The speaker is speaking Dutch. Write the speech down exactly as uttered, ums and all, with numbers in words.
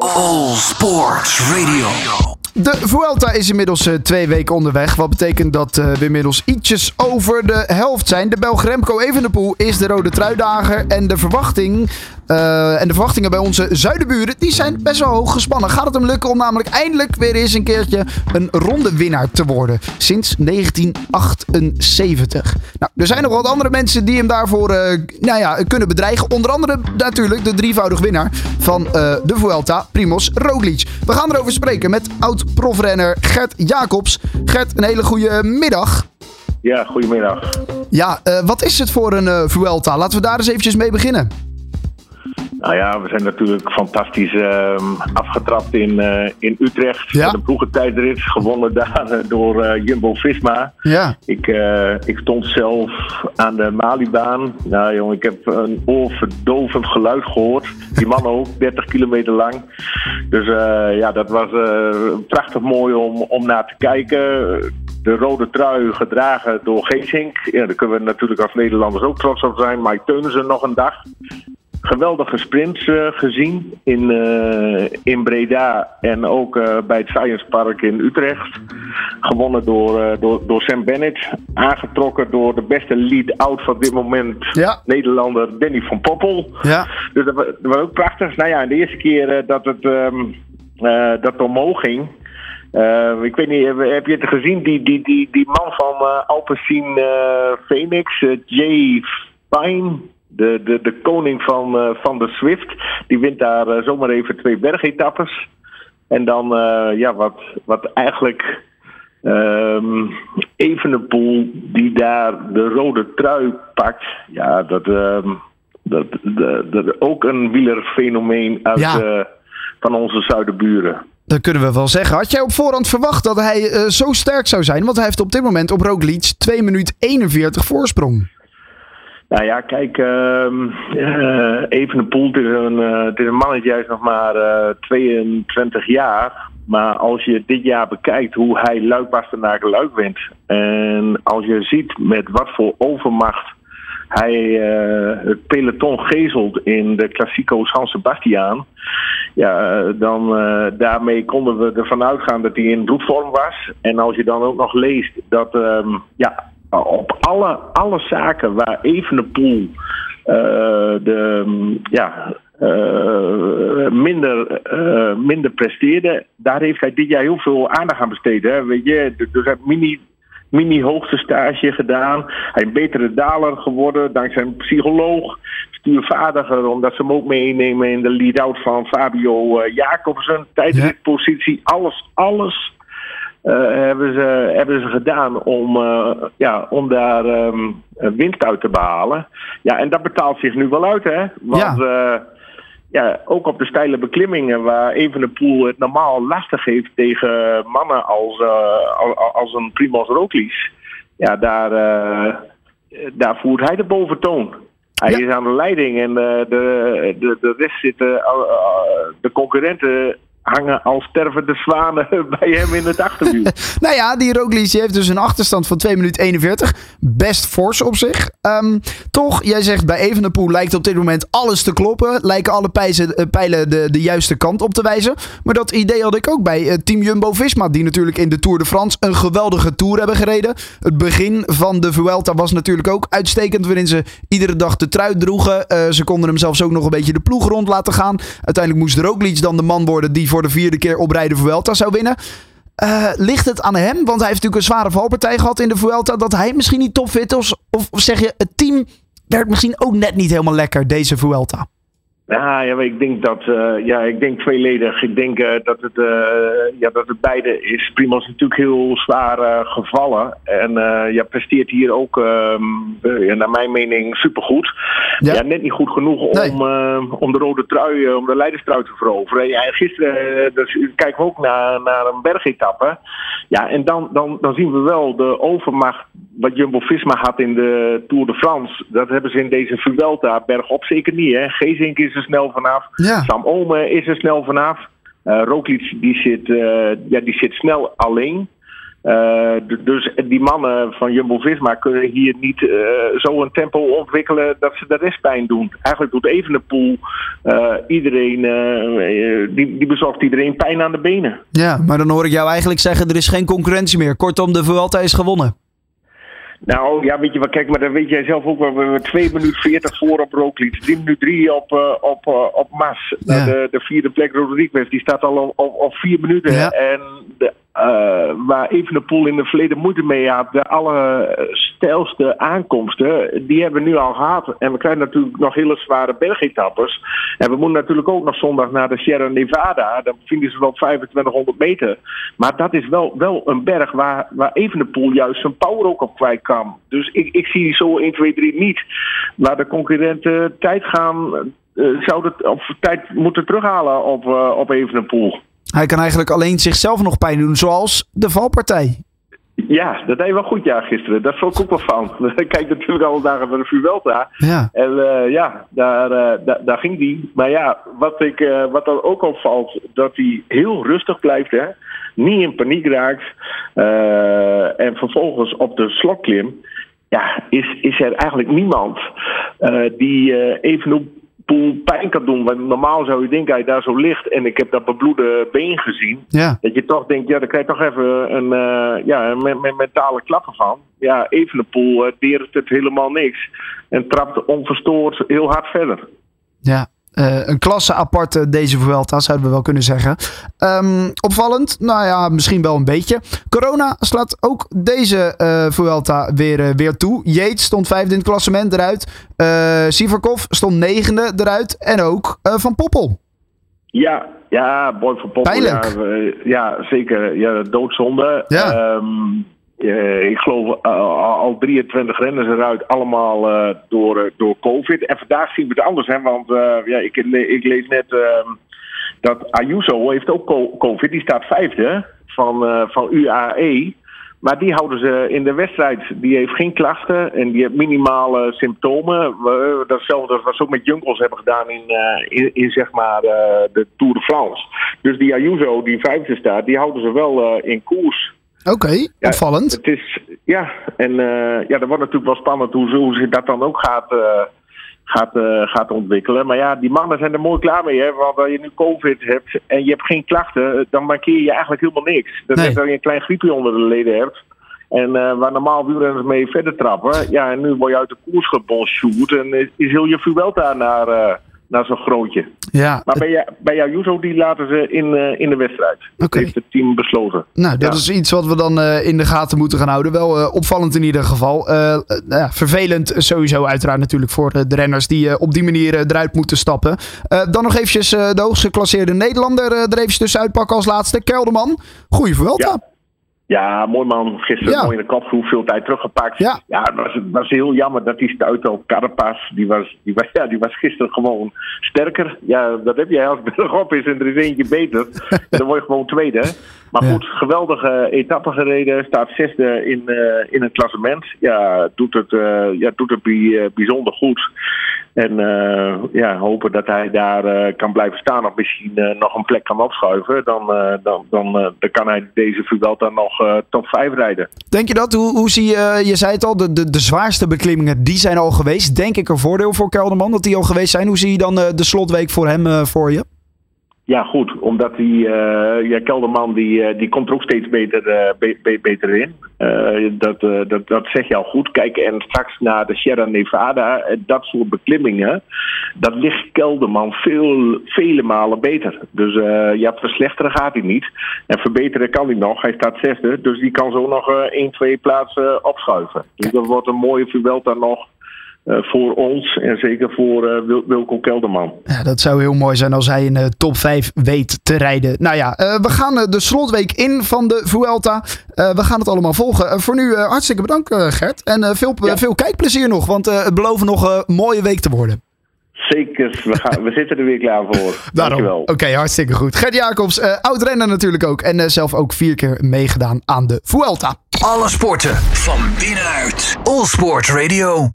All Sports Radio. De Vuelta is inmiddels uh, twee weken onderweg. Wat betekent dat uh, we inmiddels ietsjes over de helft zijn. De Belg Remco Evenepoel is de rode truidager. En de verwachting... Uh, en de verwachtingen bij onze zuidenburen, die zijn best wel hoog gespannen. Gaat het hem lukken om namelijk eindelijk weer eens een keertje een rondewinnaar te worden? Sinds negentien achtenzeventig. Nou, er zijn nog wat andere mensen die hem daarvoor uh, nou ja, kunnen bedreigen. Onder andere natuurlijk de drievoudig winnaar van uh, de Vuelta, Primož Roglič. We gaan erover spreken met oud-profrenner Gert Jacobs. Gert, een hele goede middag. Ja, goedemiddag. Ja, uh, wat is het voor een uh, Vuelta? Laten we daar eens eventjes mee beginnen. Nou ja, we zijn natuurlijk fantastisch uh, afgetrapt in, uh, in Utrecht. Ja. De ploegentijdrit, gewonnen daar uh, door uh, Jumbo-Visma. Ja. Ik, uh, ik stond zelf aan de Malibaan. Nou jongen, ik heb een oorverdovend geluid gehoord. Die man ook, dertig kilometer lang. Dus uh, ja, dat was uh, prachtig mooi om, om naar te kijken. De rode trui gedragen door Geesink. Ja, daar kunnen we natuurlijk als Nederlanders ook trots op zijn. Mike Teunissen nog een dag. Geweldige sprints uh, gezien in, uh, in Breda en ook uh, bij het Science Park in Utrecht. Gewonnen door, uh, door, door Sam Bennett. Aangetrokken door de beste lead-out van dit moment. Ja. Nederlander Danny van Poppel. Ja. Dus dat was, dat was ook prachtig. Nou ja, de eerste keer uh, dat het, um, uh, dat het omhoog ging. Uh, ik weet niet, heb je het gezien? Die, die, die, die man van uh, Alpecin uh, Phoenix, uh, Jay Pine... De, de, de koning van, uh, van de Zwift. Die wint daar uh, zomaar even twee bergetappes. En dan, uh, ja, wat, wat eigenlijk... Um, Evenepoel die daar de rode trui pakt. Ja, dat... Um, dat, dat, dat ook een wielerfenomeen uit, ja. uh, van onze zuidenburen. Dat kunnen we wel zeggen. Had jij op voorhand verwacht dat hij uh, zo sterk zou zijn? Want hij heeft op dit moment op Roglič twee minuten eenenveertig voorsprong. Nou ja, kijk, uh, uh, Evenepoel, het is een, uh, het is een mannetje, juist nog maar uh, tweeëntwintig jaar. Maar als je dit jaar bekijkt hoe hij Luik-Bastenaken Luik wint. En als je ziet met wat voor overmacht hij uh, het peloton gezelt in de Classico San Sebastian. Ja, dan uh, daarmee konden we ervan uitgaan dat hij in bloedvorm was. En als je dan ook nog leest dat... Um, ja. Op alle, alle zaken waar Evenepoel uh, de, ja, uh, minder, uh, minder presteerde, daar heeft hij dit jaar heel veel aandacht aan besteed. Hè? Weet je, dus hij heeft mini, mini hoogste stage gedaan. Hij is een betere daler geworden dankzij een psycholoog. Stuurvaardiger, omdat ze hem ook meenemen in de lead-out van Fabio uh, Jacobsen. Tijdritpositie, alles, alles. Uh, hebben, ze, hebben ze gedaan om, uh, ja, om daar um, winst uit te behalen. Ja, en dat betaalt zich nu wel uit, hè? Want ja. Uh, ja, ook op de steile beklimmingen waar Evenepoel het normaal lastig heeft tegen mannen als, uh, als, als een Primož Roglič. Ja, daar, uh, daar voert hij de boventoon. Hij ja. is aan de leiding en uh, de, de, de rest zitten, uh, de concurrenten hangen als stervende zwanen bij hem in het achterwiel. Nou ja, die Roglič heeft dus een achterstand van twee minuten eenenveertig. Best fors op zich. Um, toch, jij zegt bij Evenepoel lijkt op dit moment alles te kloppen. Lijken alle pijzen, pijlen de, de juiste kant op te wijzen. Maar dat idee had ik ook bij uh, Team Jumbo-Visma. Die natuurlijk in de Tour de France een geweldige Tour hebben gereden. Het begin van de Vuelta was natuurlijk ook uitstekend. Waarin ze iedere dag de trui droegen. Uh, ze konden hem zelfs ook nog een beetje de ploeg rond laten gaan. Uiteindelijk moest Roglič dan de man worden die voor voor de vierde keer op rij de Vuelta zou winnen. Uh, ligt het aan hem? Want hij heeft natuurlijk een zware valpartij gehad in de Vuelta. Dat hij misschien niet topfit is? Of, of zeg je, het team werkt misschien ook net niet helemaal lekker deze Vuelta? Ja, ja, ik denk dat, uh, ja, ik denk tweeledig. Ik denk uh, dat het, uh, ja, dat het beide is. Primož is natuurlijk heel zwaar uh, gevallen en uh, ja, presteert hier ook, um, uh, naar mijn mening, supergoed. Ja. Ja, net niet goed genoeg nee. om, uh, om de rode trui, uh, om de leiderstrui te veroveren. Ja, gisteren uh, dus, kijken we ook naar, naar een bergetappe. Ja, en dan, dan, dan zien we wel de overmacht wat Jumbo-Visma had in de Tour de France. Dat hebben ze in deze Vuelta bergop zeker niet. Hè. Geesink is er snel vanaf. Ja. Sam Omen is er snel vanaf. Uh, Roglič die zit, uh, ja, die zit snel alleen. Uh, d- dus die mannen van Jumbo-Visma kunnen hier niet uh, zo een tempo ontwikkelen dat ze de rest pijn doen. Eigenlijk doet Evenepoel uh, iedereen, uh, die, die bezorgt iedereen pijn aan de benen. Ja, maar dan hoor ik jou eigenlijk zeggen, er is geen concurrentie meer. Kortom, de Vuelta is gewonnen. Nou, ja, weet je wat, kijk, maar dat weet jij zelf ook wel. We hebben twee minuten veertig voor op Roglic, drie minuten drie op, uh, op, uh, op Mas. Ja. De, de vierde plek Rodriguez, die staat al op, op, op vier minuten. Ja. En de, uh, waar Evenepoel in het verleden moeite mee had, de allersteilste aankomsten, die hebben we nu al gehad. En we krijgen natuurlijk nog hele zware bergetappes. En we moeten natuurlijk ook nog zondag naar de Sierra Nevada. Dan vinden ze wel op vijfentwintighonderd meter. Maar dat is wel, wel een berg waar, waar Evenepoel juist zijn power ook op kwijt kan. Dus ik, ik zie zo één, twee, drie niet. Waar de concurrenten tijd gaan, uh, zouden of tijd moeten terughalen op, uh, op Evenepoel. Hij kan eigenlijk alleen zichzelf nog pijn doen, zoals de valpartij. Ja, dat deed wel goed, ja, gisteren. Dat vond ik ook wel van. Ik kijk natuurlijk alle dagen naar de Vuelta. Ja. En uh, ja, daar, uh, da, daar ging die. Maar ja, wat, ik, uh, wat dan ook opvalt, dat hij heel rustig blijft, hè. Niet in paniek raakt. Uh, en vervolgens op de slotklim, ja, is, is er eigenlijk niemand uh, die uh, even pijn kan doen. Want normaal zou je denken, hij daar zo ligt en ik heb dat bebloede been gezien. Ja. Dat je toch denkt, ja, daar krijg je toch even een, uh, ja, een me- me- mentale klappen van. Ja, Evenepoel uh, deert het helemaal niks. En trapt onverstoord heel hard verder. Ja. Uh, een klasse apart deze Vuelta, zouden we wel kunnen zeggen. Um, opvallend, nou ja, misschien wel een beetje. Corona slaat ook deze uh, Vuelta weer, uh, weer toe. Yates stond vijfde in het klassement eruit. Uh, Sivakov stond negende eruit. En ook uh, Van Poppel. Ja, ja, Boy van Poppel. Pijnlijk. Ja, uh, ja, zeker. Ja, doodzonde. Ja. Um, Uh, ik geloof uh, al drieëntwintig renners eruit, allemaal uh, door, uh, door COVID. En vandaag zien we het anders, hè, want uh, ja, ik, ik lees net uh, dat Ayuso heeft ook COVID. Die staat vijfde van, uh, van U A E. Maar die houden ze in de wedstrijd. Die heeft geen klachten en die heeft minimale symptomen. Uh, datzelfde als wat ze ook met Junkels hebben gedaan in, uh, in, in zeg maar uh, de Tour de France. Dus die Ayuso die vijfde staat, die houden ze wel uh, in koers. Oké, okay, ja, opvallend. Het is, ja, en uh, ja, dat wordt natuurlijk wel spannend hoe, hoe zich dat dan ook gaat, uh, gaat, uh, gaat ontwikkelen. Maar ja, die mannen zijn er mooi klaar mee, hè. Want als je nu COVID hebt en je hebt geen klachten, dan markeer je eigenlijk helemaal niks. Dat nee. is dat je een klein griepje onder de leden hebt. En uh, waar normaal wielrenners mee verder trappen, ja, en nu word je uit de koers gebonsjoerd en is, is heel je Vuelta naar... Uh, naar zo'n grootje. Ja, maar bij, jou, bij Ayuso, die laten ze in, uh, in de wedstrijd. Dat okay. heeft het team besloten. Nou, dat ja. is iets wat we dan uh, in de gaten moeten gaan houden. Wel uh, opvallend in ieder geval. Uh, uh, ja, vervelend sowieso uiteraard natuurlijk voor uh, de renners die uh, op die manier uh, eruit moeten stappen. Uh, dan nog eventjes uh, de hoogst geclasseerde Nederlander uh, er eventjes tussen uitpakken als laatste. Kelderman. Goeie Vuelta. Ja. Ja, mooi man. Gisteren ja. mooi in de kopgroep, veel tijd teruggepakt. Ja, ja het, was, het was heel jammer dat die stuitte op Carapaz. Die was, die, was, ja, die was gisteren gewoon sterker. Ja, dat heb jij als bergop is en er is eentje beter. Dan word je gewoon tweede. Maar goed, ja. geweldige etappe gereden. Staat zesde in, uh, in het klassement. Ja, doet het, uh, ja, doet het bij, uh, bijzonder goed. En uh, ja, hopen dat hij daar uh, kan blijven staan of misschien uh, nog een plek kan opschuiven. Dan, uh, dan, dan, uh, dan kan hij deze Vuelta nog uh, top vijf rijden. Denk je dat? Hoe, hoe zie je, je zei het al, de, de, de zwaarste beklimmingen die zijn al geweest. Denk ik een voordeel voor Kelderman dat die al geweest zijn. Hoe zie je dan uh, de slotweek voor hem uh, voor je? Ja, goed. Omdat die uh, ja, Kelderman die, uh, die komt er ook steeds beter, uh, be- be- beter in. Uh, dat, uh, dat, dat zeg je al goed. Kijk, en straks naar de Sierra Nevada, uh, dat soort beklimmingen, dat ligt Kelderman veel, vele malen beter. Dus uh, ja, verslechteren gaat hij niet. En verbeteren kan hij nog. Hij staat zesde, dus die kan zo nog uh, één, twee plaatsen opschuiven. Dus dat wordt een mooie Vuelta nog. Uh, voor ons en zeker voor uh, Wil- Wilco Kelderman. Ja, dat zou heel mooi zijn als hij in de top vijf weet te rijden. Nou ja, uh, we gaan uh, de slotweek in van de Vuelta. Uh, we gaan het allemaal volgen. Uh, voor nu uh, hartstikke bedankt uh, Gert. En uh, veel, ja. uh, veel kijkplezier nog, want uh, het belooft nog een mooie week te worden. Zeker, we, gaan, we zitten er weer klaar voor. Daarom. Oké, okay, hartstikke goed. Gert Jacobs, uh, oud-renner natuurlijk ook. En uh, zelf ook vier keer meegedaan aan de Vuelta. Alle sporten van binnenuit. All Sport Radio.